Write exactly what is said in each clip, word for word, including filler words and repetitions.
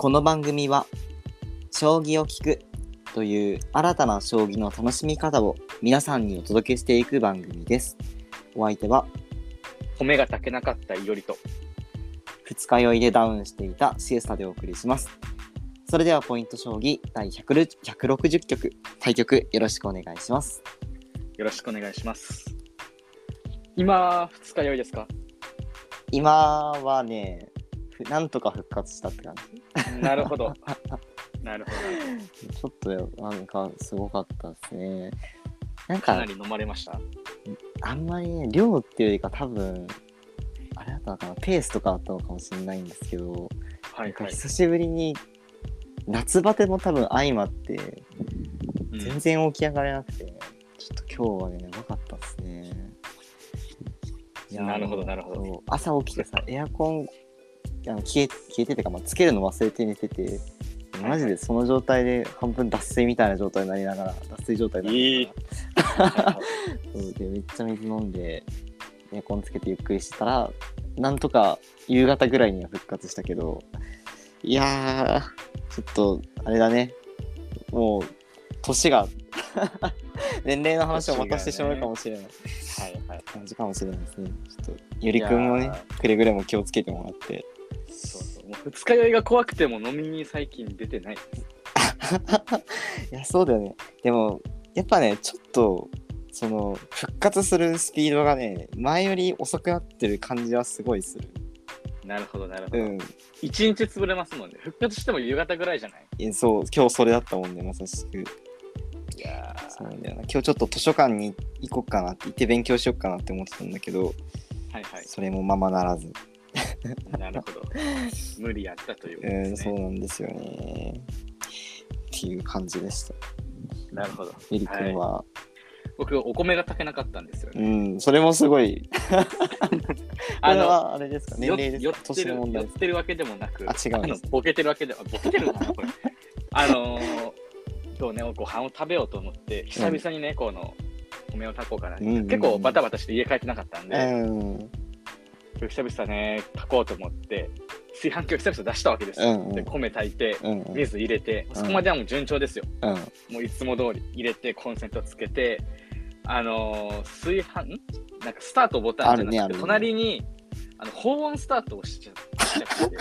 この番組は将棋を聞くという新たな将棋の楽しみ方を皆さんにお届けしていく番組です。お相手は米が炊けなかったいおりと二日酔いでダウンしていたシエスタでお送りします。それではポイント将棋第ひゃくろくじゅっきょく対局よろしくお願いします。 よろしくお願いします。今二日酔いですか？ 今はね、なんとか復活したって感じ。 なるほどなるほどちょっとなんかすごかったですね。なんかかなり飲まれました？ あんまりね、量っていうよりか多分あれだったのかな、ペースとかあったのかもしれないんですけど、 はいはい、 久しぶりに夏バテも多分相まって全然起き上がれなくて、うん、ちょっと今日はねやばかったですね。 いやなるほどなるほど。 朝起きてさ、エアコンあの消え消えててか、まあ、つけるの忘れて寝てて、マジでその状態で半分脱水みたいな状態になりながら脱水状態になりながら、えー、そうでめっちゃ水飲んでエアコンつけてゆっくりしてたらなんとか夕方ぐらいには復活したけど、いやーちょっとあれだね、もう年が年齢の話をまたしてしまうかもしれない、ね、はいはい感じかもしれないですね。ちょっとゆりくんもねくれぐれも気をつけてもらって。 そうそう、もう二日酔いが怖くても飲みに最近出てないいやそうだよね。でもやっぱねちょっとその復活するスピードがね前より遅くなってる感じはすごいする。 なるほどなるほど、 うん、 一日潰れますもんね。復活しても夕方ぐらいじゃない？ えそう今日それだったもんね、まさしく。 いやそうなんだよな。今日ちょっと図書館に行こうかなって行って勉強しようかなって思ってたんだけど、 はいはい、 それもままならず。 なるほど無理やったということうん、 ですね。 そうなんですよねっていう感じでした。 なるほど。 ゆりくんは、 はい、僕お米が炊けなかったんですよね。 うん、それもすごいあのはあれですか、年齢ですか？ 寄ってる、寄ってるわけでもなく、 あ、違うんです、 あのボケてるわけでは、ボケてるのかなこれあのー、今日ねご飯を食べようと思って久々にね、うん、この米を炊こうかな、うんうんうん、結構バタバタして家帰ってなかったんで、うん、久々ね炊こうと思って炊飯器を久々出したわけですよ、うんうん、で米炊いて、うんうん、水入れて、そこまではもう順調ですよ、うん、もういつも通り入れてコンセントつけて、あのー、炊飯なんかスタートボタンじゃなくて、ねね、隣にあの保温スタートをしちゃって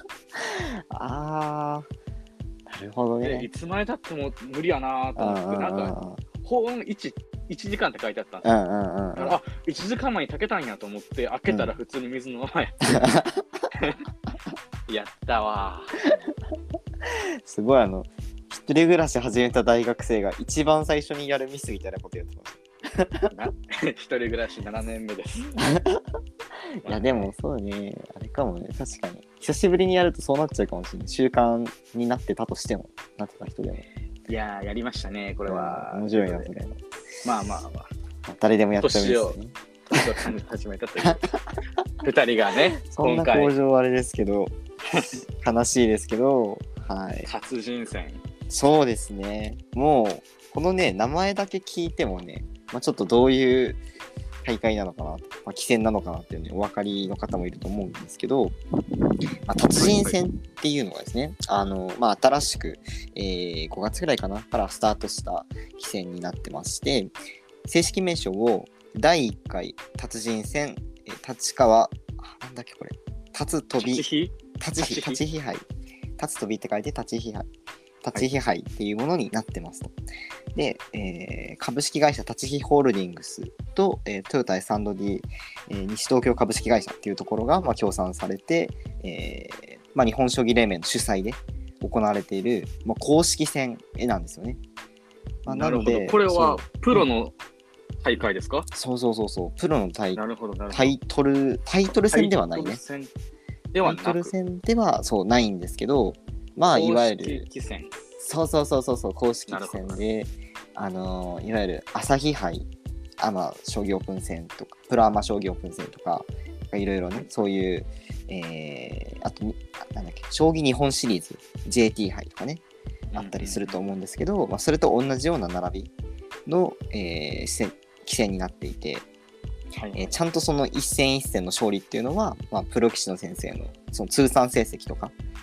あーなるほどね。 いつまでたっても無理やなと思って、なんか保温 1, いちじかんって書いてあったんですよ。うんうんうん、あいちじかんまえに炊けたんやと思って開けたら普通に水のままやって、うん、やったわすごい、あの一人暮らし始めた大学生が一番最初にやるミスみたいなことやってます一人暮らしななねんめですいやでもそうね、あれかもね、確かに久しぶりにやるとそうなっちゃうかもしれない。習慣になってたとしても、なってた人でも。 いやーやりましたねこれは、 面白いなそれ。 まあまあまあ誰でもやっちゃうんですね。 年を感じ始めたという二人がねそんな向上あれですけど悲しいですけど、はい、 達人戦。 そうですね、もうこのね名前だけ聞いてもね、まあ、ちょっとどういう大会なのかな、まあ、棋戦なのかなっていうねお分かりの方もいると思うんですけど、まあ、達人戦っていうのがですね、はいはい、あのまあ、新しく、えー、ごがつぐらいかなからスタートした棋戦になってまして、正式名称をだいいっかい達人戦、えー、立川なんだっけこれ立つ飛び立ちひ立ちひ杯立つ飛びって書いて立ちひ杯立ちひ杯っていうものになってますと。で、えー、株式会社立ちひホールディングスと、えー、トヨタ エスアンドディー、えー、西東京株式会社っていうところが、まあ、協賛されて、えーまあ、日本将棋連盟の主催で行われている、まあ、公式戦なんですよね。 まあ、なのでこれはプロの大会ですか？ そうそうそうそう、プロのタイ、 なるほどなるほど、 タイトルタイトル戦ではないね。 タイトル戦ではなく、 タイトル戦ではそうないんですけど、まあいわゆる公式棋戦、 そうそうそうそうそう公式棋戦で、あのー、いわゆる朝日杯、アマ将棋オープン戦とかプロアマ将棋オープン戦とかいろいろね、そういう、えー、あとなんだっけ将棋日本シリーズ ジェーティー 杯とかねあったりすると思うんですけど、うんうんうん、まあ、それと同じような並びの、えー、棋戦になっていて、はいはい、えー、ちゃんとその一戦一戦の勝利っていうのは、まあ、プロ棋士の先生のその通算成績とか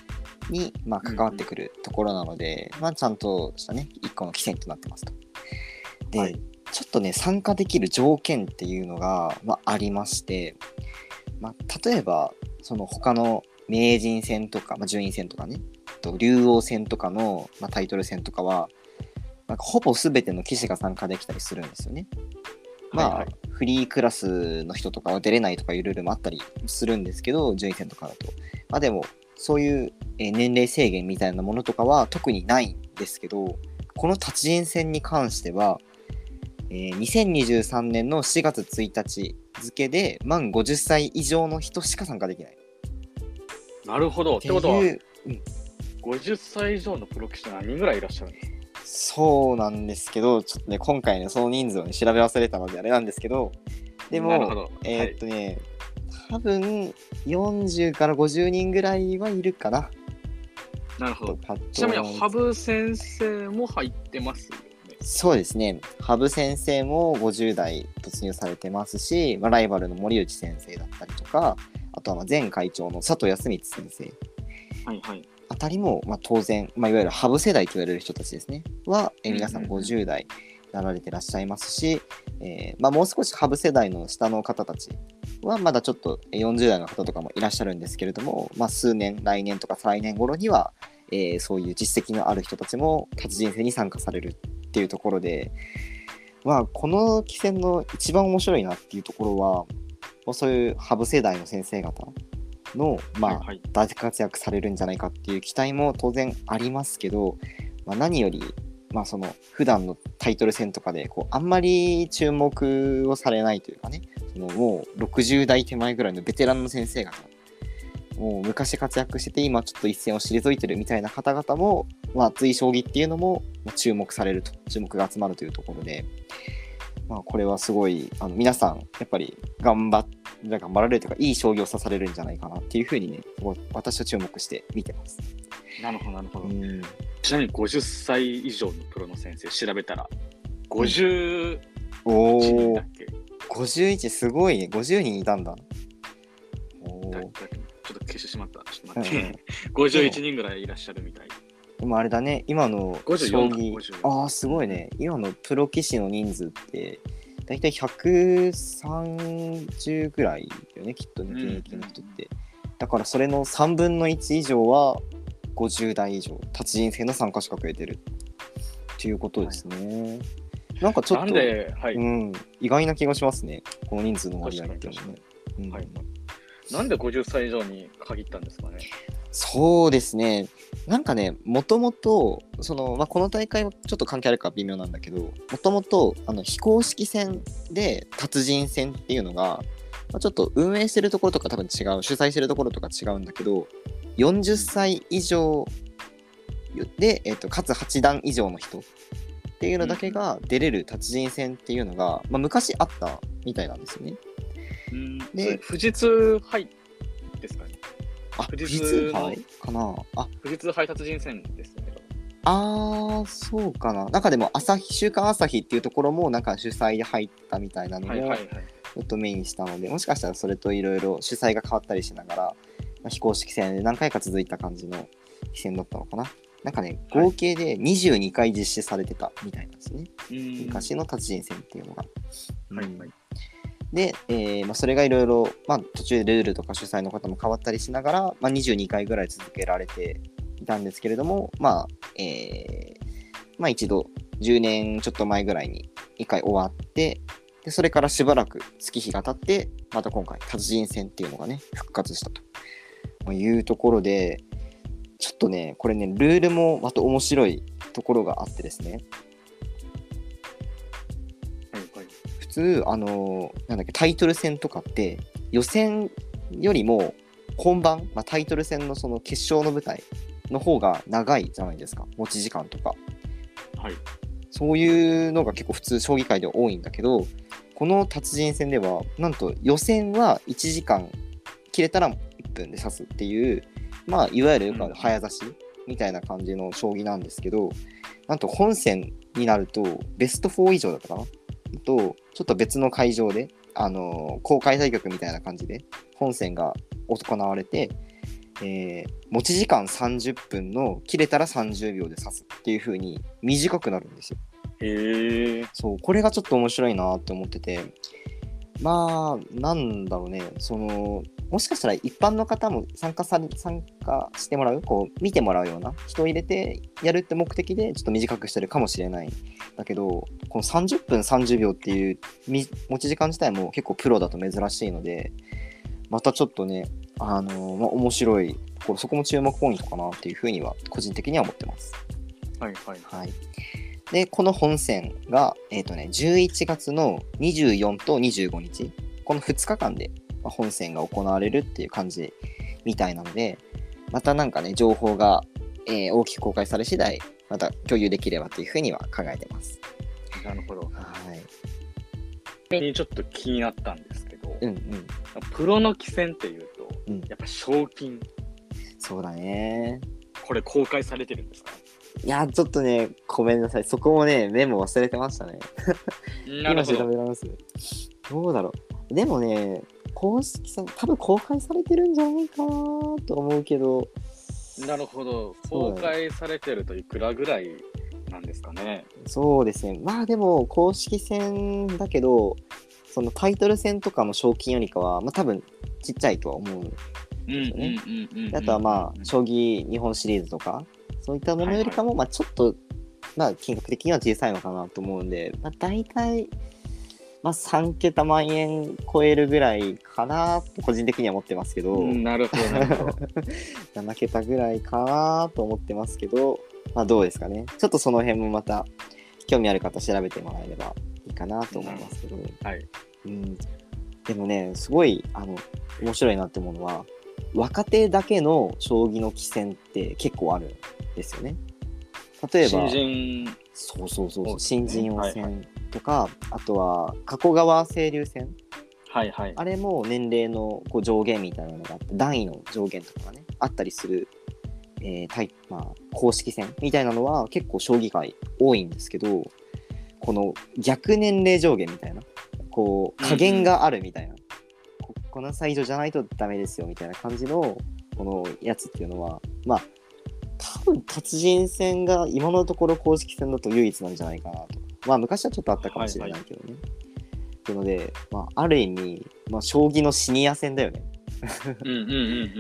に、まあ、関わってくるところなので、うんまあ、ちゃんとしたね一個の棋戦となってますと。で、はい、ちょっとね参加できる条件っていうのが、まあ、ありまして、まあ、例えばその他の名人戦とか、まあ、順位戦とかねと竜王戦とかの、まあ、タイトル戦とかはなんかほぼ全ての棋士が参加できたりするんですよね。まあ、はいはい、フリークラスの人とかは出れないとかいうルールもあったりするんですけど、順位戦とかだと。まあでも、そういう年齢制限みたいなものとかは特にないんですけど、この達人戦に関しては、えー、にせんにじゅうさんねんのしがつついたち付で満ごじゅっさい以上の人しか参加できない。 なるほど。ってことは、うん、ごじゅっさい以上のプロ棋士何人ぐらいいらっしゃるんですか？ そうなんですけど、ちょっとね、今回ね、その人数を、ね、調べ忘れたのであれなんですけど、でも、えー、っとね、はい、多分よんじゅうからごじゅうにんぐらいはいるかな。 なるほど。ちなみに、羽生先生も入ってますよね。 そうですね。羽生先生もごじゅう代突入されてますし、まあ、ライバルの森内先生だったりとか、あとはまあ前会長の佐藤康光先生。 はいはい。 あたりも、まあ、当然、まあ、いわゆる羽生世代と言われる人たちですねは、えー、皆さんごじゅう代なられてらっしゃいますし、えーまあ、もう少し羽生世代の下の方たちはまだちょっとよんじゅう代の方とかもいらっしゃるんですけれども、まあ、数年来年とか再来年頃には、えー、そういう実績のある人たちも達人戦に参加されるっていうところで、まあ、この棋戦の一番面白いなっていうところは、もうそういう羽生世代の先生方の、まあはいはい、大活躍されるんじゃないかっていう期待も当然ありますけど、まあ、何より、まあ、その普段のタイトル戦とかでこうあんまり注目をされないというかね、そのもうろくじゅう代手前ぐらいのベテランの先生方、もう昔活躍してて今ちょっと一線を退いてるみたいな方々も、まあ、熱い将棋っていうのも注目されると、注目が集まるというところで、まあ、これはすごいあの皆さんやっぱり頑張っ頑張られるというかいい将棋を指されるんじゃないかなっていうふうにね、私は注目して見てます。 なるほどなるほど。ちなみにごじゅっさい以上のプロの先生調べたらごじゅういちにんだっけ？ ごじゅういちすごいね。ごじゅうにんいたんだ。 おだだちょっと消してしまった。ちょっと待って、うん、ごじゅういちにんぐらいいらっしゃるみたい。 でもあれだね、今の将棋、ああすごいね。今のプロ棋士の人数ってだいたいひゃくさんじゅうぐらいだよね、きっとね、現役の人って、うん、だからそれのさんぶんのいち以上はごじゅう代以上、達人戦の参加資格を得てるっていうことですね、はい、なんかちょっと、はい、うん、意外な気がしますね、この人数の割合っていうのはね、うんはい、 なんでごじゅっさい以上に限ったんですかね。 そうですね、なんかね、もともとその、まあ、この大会はちょっと関係あるか微妙なんだけど、もともとあの非公式戦で達人戦っていうのが、まあ、ちょっと運営してるところとか多分違う、主催してるところとか違うんだけど、よんじゅっさい以上で、えーと、かつはち段以上の人っていうのだけが出れる達人戦っていうのが、まあ、昔あったみたいなんですよね。 うんで、富士通杯ですかね。 あ、富士通杯かなあ。 富士通杯達人戦ですけど。 あー、そうかな。なんかでも朝日、週刊朝日っていうところもなんか主催で入ったみたいなのも、ちょっとメインしたので、もしかしたらそれといろいろ主催が変わったりしながら、まあ、非公式戦で何回か続いた感じの棋戦だったのかな。なんかね、合計でにじゅうにかい実施されてたみたいなんですね。はい、昔の達人戦っていうのが。はいはい。で、えーまあ、それがいろいろ途中でルールとか主催の方も変わったりしながら、まあ、にじゅうにかいぐらい続けられていたんですけれども、まあえーまあ、一度じゅうねんちょっと前ぐらいにいっかい終わって、でそれからしばらく月日が経ってまた今回達人戦っていうのがね復活したというところで、ちょっとねこれねルールもまた面白いところがあってですね、普通あのなんだっけタイトル戦とかって予選よりも本番、まあ、タイトル戦のその決勝の舞台の方が長いじゃないですか、持ち時間とか、 はい、 そういうのが結構普通将棋界では多いんだけど、この達人戦ではなんと予選はいちじかん切れたらいっぷんで指すっていう、まあいわゆるよくある早指しみたいな感じの将棋なんですけど、なんと本戦になるとベストよん以上だったかなと、ちょっと別の会場で、あのー、公開対局みたいな感じで本戦が行われて、 えー、持ち時間さんじゅっぷんの切れたらさんじゅうびょうで指すっていう風に短くなるんですよ。 へえ。 そう、これがちょっと面白いなって思ってて、まあなんだろうね、そのもしかしたら一般の方も参加され参加してもらう、こう見てもらうような人を入れてやるって目的でちょっと短くしてるかもしれない。だけどこのさんじゅっぷんさんじゅうびょうっていう持ち時間自体も結構プロだと珍しいので、またちょっとね、あのーまあ、面白いところ、そこも注目ポイントかなっていうふうには個人的には思ってます。 はいはいはい。でこの本戦が、えーとね、じゅういちがつのにじゅうよっかとにじゅうごにち、このふつかかんで本戦が行われるっていう感じみたいなので、またなんかね情報が、えー、大きく公開され次第また共有できればというふうには考えてます。 なるほど。 はい。 ちょっと気になったんですけど、 うんうん、 プロの棋戦っていうと、 うん、 やっぱ賞金。 そうだね。これ公開されてるんですか？ いやちょっとねごめんなさい、そこもねメモ忘れてましたね。今調べます。どうだろう。でもね公式戦多分公開されてるんじゃないかなと思うけど。 なるほど。公開されてるといくらぐらいなんですかね。 そうですね。まあでも公式戦だけどそのタイトル戦とかの賞金よりかは、まあ、多分ちっちゃいとは思うんですよね。あとはまあ将棋日本シリーズとかそういったものよりかも、はいはい、まあちょっとまあ金額的には小さいのかなと思うんで、まあ大体まあさんけた万円超えるぐらいかなと個人的には思ってますけど、うん、 なるほどなるほどななけたぐらいかなと思ってますけど、まあどうですかね。ちょっとその辺もまた興味ある方調べてもらえればいいかなと思いますけど、 はい、 うん、でもねすごいあの面白いなって思うのは若手だけの将棋の棋戦って結構あるんですよね。例えば新人そうそうそうそう、ね、新人王戦とか、はいはい、あとは加古川清流戦、 はいはい、 あれも年齢のこう上限みたいなのがあって段位の上限とかがねあったりする、えー対まあ、公式戦みたいなのは結構将棋界多いんですけど、この逆年齢上限みたいなこう加減があるみたいな、うん、こ, この歳以上じゃないとダメですよみたいな感じのこのやつっていうのはまあ多分達人戦が今のところ公式戦だと唯一なんじゃないかなと。まあ昔はちょっとあったかもしれないけどね、はいはい、っていうので、まあ、ある意味、まあ、将棋のシニア戦だよねうんうんうん、うん、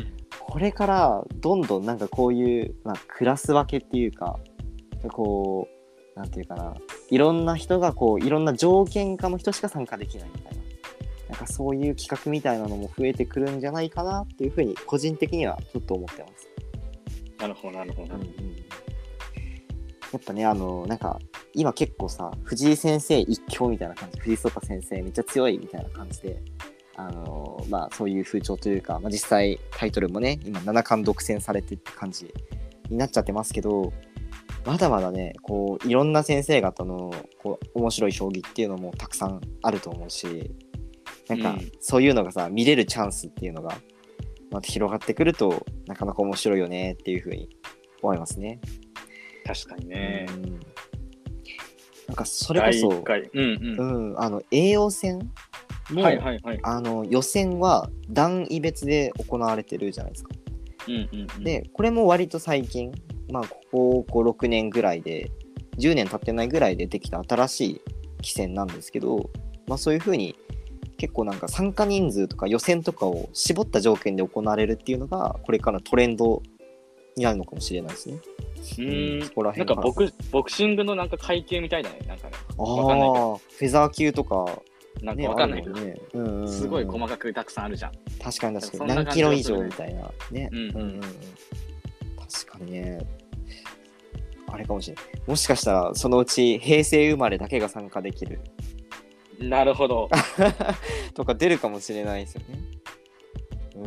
これからどんどんなんかこういう、まあ、クラス分けっていうかこうなんていうかないろんな人がこういろんな条件下の人しか参加できないみたいな、なんかそういう企画みたいなのも増えてくるんじゃないかなっていうふうに個人的にはちょっと思ってます。 なるほどなるほど、うんうん、 やっぱねあのなんか今結構さ藤井先生一強みたいな感じ、藤井聡太先生めっちゃ強いみたいな感じであのまあそういう風潮というか、まあ、実際タイトルもね今七冠独占されてって感じになっちゃってますけど、まだまだねこういろんな先生方のこう面白い将棋っていうのもたくさんあると思うし、なんかそういうのがさ、うん、見れるチャンスっていうのがまた広がってくるとなかなか面白いよねっていうふうに思いますね。 確かにね。 うん、なんかそれこそ、 うんうんうん、あの栄養戦も、はいはいはい、あの予選は段位別で行われてるじゃないですか。 うんうんうん、 でこれも割と最近、まあここご、ろくねんぐらいでじゅうねん経ってないぐらいでできた新しい棋戦なんですけど、まあそういう風に結構なんか参加人数とか予選とかを絞った条件で行われるっていうのがこれからのトレンドになるのかもしれないですね。 うーん、そこら辺なんかボクボクシングのなんか階級みたいだね、なんかね。 ああ、フェザー級とかなんかわかんないけど、 ねうんうんうん、 すごい細かくたくさんあるじゃん。 確かに確かに何キロ以上みたいなね。 うんうんうんうん、 確かにね。あれかもしれない。もしかしたらそのうち平成生まれだけが参加できる。 なるほど。 とか出るかもしれないですよね。うん。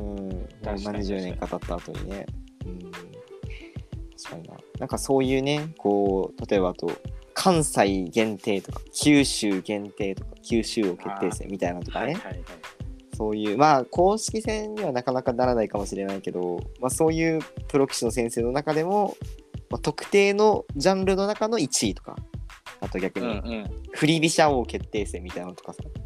何十年か経った後にね。うん。確かにな。なんかそういうね、こう例えばあと関西限定とか九州限定とか九州王決定戦みたいなとかね。はいはいはい、そういうまあ公式戦にはなかなかならないかもしれないけど、まあそういうプロ棋士の先生の中でも、まあ、特定のジャンルの中のいちいとか。あと逆に、うんうん、振り飛車王決定戦みたいなのとかさ、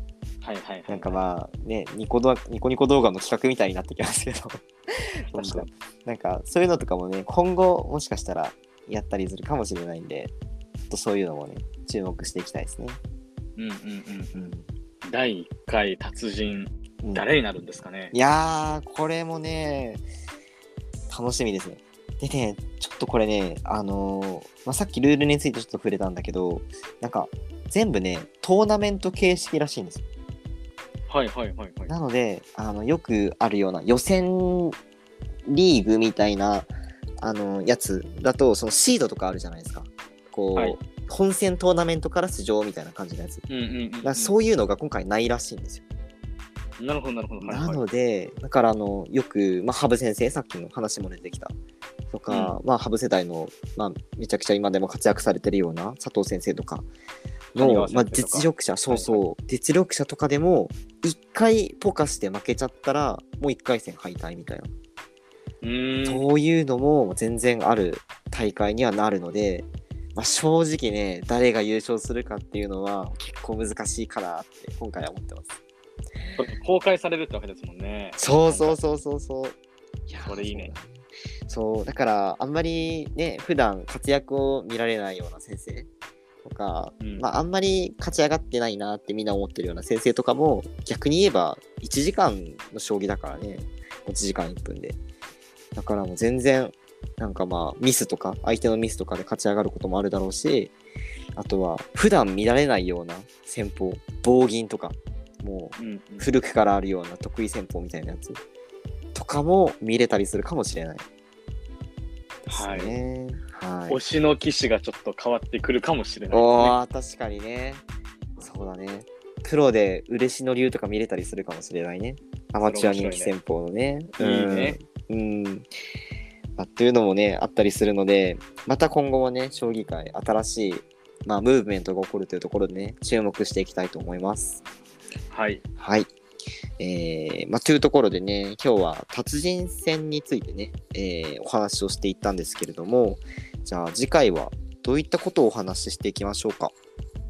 はいはいはい、はい、 なんかまあねニコどニコニコ動画の企画みたいになってきますけど確かになんかそういうのとかもね今後もしかしたらやったりするかもしれないんでちょっとそういうのもね注目していきたいですね。 うんうんうんうん。だいいっかい達人、うん、誰になるんですかね。 いやーこれもね楽しみですね。でねちょっとこれねあのーまあ、さっきルールについてちょっと触れたんだけどなんか全部ねトーナメント形式らしいんですよ。 はいはいはいはい。 なのであのよくあるような予選リーグみたいなあのやつだとそのシードとかあるじゃないですか。こう、はい、本戦トーナメントから出場みたいな感じのやつ。 うんうんうんうん、だからそういうのが今回ないらしいんですよ。 なるほどなるほど。 なので、はいはい、だからあのよく、まあ、羽生先生さっきの話も出てきたとか、うん、まあ羽生世代の、まあ、めちゃくちゃ今でも活躍されてるような佐藤先生とかの、まあ、実力者そうそう、はいはい、実力者とかでもいっかいポカして負けちゃったらもういっかい戦敗退みたいなうーんそういうのも全然ある大会にはなるので、まあ、正直ね誰が優勝するかっていうのは結構難しいかなって今回は思ってます。 公開されるってわけですもんね。 そうそうそうそうそう。 いやそれいいね。 そうだからあんまりね普段活躍を見られないような先生とか、うん、まああんまり勝ち上がってないなってみんな思ってるような先生とかも逆に言えばいちじかんの将棋だからねいちじかんいっぷんでだからもう全然なんかまあミスとか相手のミスとかで勝ち上がることもあるだろうしあとは普段見られないような戦法棒銀とかもう古くからあるような得意戦法みたいなやつとかも見れたりするかもしれないですね。 はい、はい、推しの棋士がちょっと変わってくるかもしれない、 ね、おー確かにねそうだねプロで嬉野流とか見れたりするかもしれないねアマチュア人気戦法のねいいねうん、うんまあ、っていうのもねあったりするのでまた今後はね将棋界新しい、まあ、ムーブメントが起こるというところでね注目していきたいと思います。 はいはいえーまあ、というところでね今日は達人戦についてね、えー、お話をしていったんですけれどもじゃあ次回はどういったことをお話ししていきましょうか。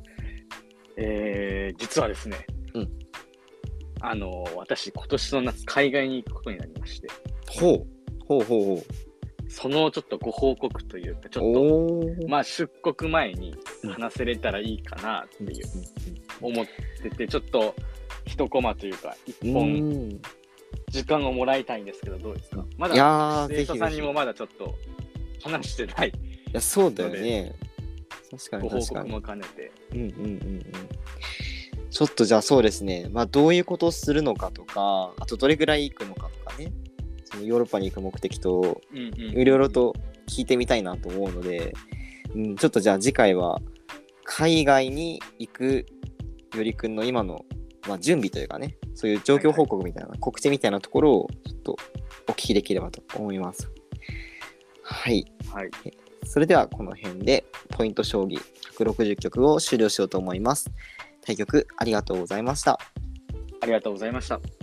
えー、実はですね、 うん、 あの私今年の夏海外に行くことになりましてほうほうほうほうそのちょっとご報告というかちょっとまあ出国前に話せれたらいいかなっていう、うん、思っててちょっと一コマというか一本時間をもらいたいんですけどどうですか。まだ生徒さんにもまだちょっと話してない。いやそうだよね。確かに確かに。 ご報告も兼ねて。 うんうんうんうん。ちょっとじゃあそうですね。まあどういうことをするのかとか、あとどれぐらい行くのかとかね。そのヨーロッパに行く目的といろいろと聞いてみたいなと思うので、うん、ちょっとじゃあ次回は海外に行くよりくんの今のまあ、準備というかねそういう状況報告みたいな、はいはい、告知みたいなところをちょっとお聞きできればと思います。はい、 はい、 それではこの辺でポイント将棋ひゃくろくじゅっきょくを終了しようと思います。対局ありがとうございました。 ありがとうございました。